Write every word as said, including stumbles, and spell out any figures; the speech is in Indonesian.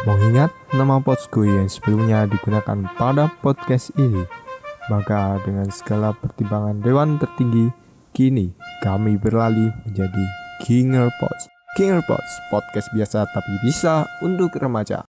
Mengingat nama Podsku yang sebelumnya digunakan pada podcast ini, maka dengan segala pertimbangan Dewan Tertinggi, kini kami beralih menjadi Kinger Pods. Kinger Pods, podcast biasa tapi bisa untuk remaja.